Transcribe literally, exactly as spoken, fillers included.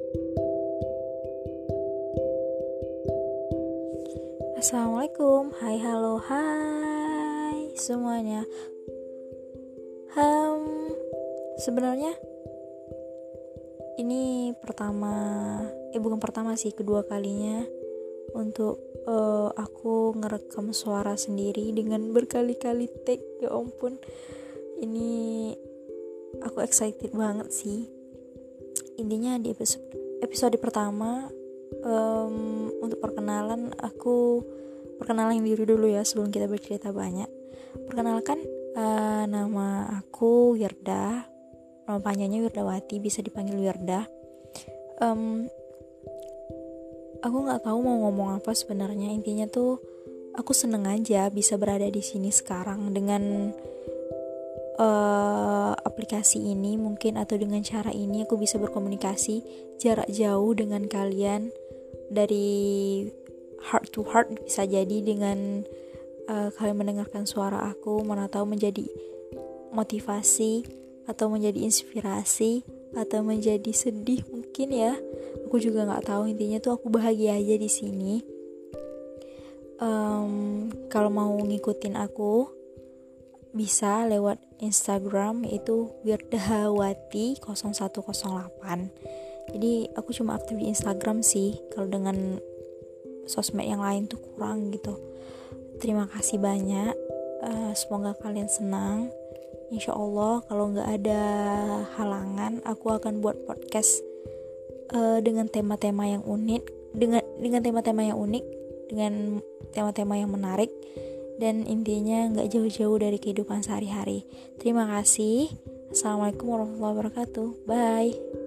Assalamualaikum, hai halo hai semuanya. Hmm, sebenarnya ini pertama, eh bukan pertama sih, kedua kalinya untuk uh, aku ngerekam suara sendiri dengan berkali-kali take. Ya ampun, ini aku excited banget sih. Intinya di episode episode pertama, um, untuk perkenalan aku perkenalan diri dulu ya sebelum kita bercerita banyak. Perkenalkan, uh, nama aku Wirda, nama panjangnya Wirdawati, bisa dipanggil Wirda. Um, aku nggak tahu mau ngomong apa sebenarnya. Intinya tuh aku seneng aja bisa berada di sini sekarang dengan uh, aplikasi ini mungkin, atau dengan cara ini aku bisa berkomunikasi jarak jauh dengan kalian, dari heart to heart bisa jadi dengan uh, kalian mendengarkan suara aku, mana tahu menjadi motivasi atau menjadi inspirasi atau menjadi sedih mungkin ya, aku juga nggak tahu. Intinya tuh aku bahagia aja di sini. Um, kalau mau ngikutin aku bisa lewat Instagram, yaitu wirdawati nol satu nol delapan. Jadi aku cuma aktif di Instagram sih, kalau dengan sosmed yang lain tuh kurang gitu. Terima kasih banyak, uh, semoga kalian senang. Insya Allah kalau nggak ada halangan, aku akan buat podcast uh, dengan tema-tema yang unik, dengan dengan tema-tema yang unik, dengan tema-tema yang menarik, dan intinya nggak jauh-jauh dari kehidupan sehari-hari. Terima kasih. Assalamualaikum warahmatullahi wabarakatuh. Bye.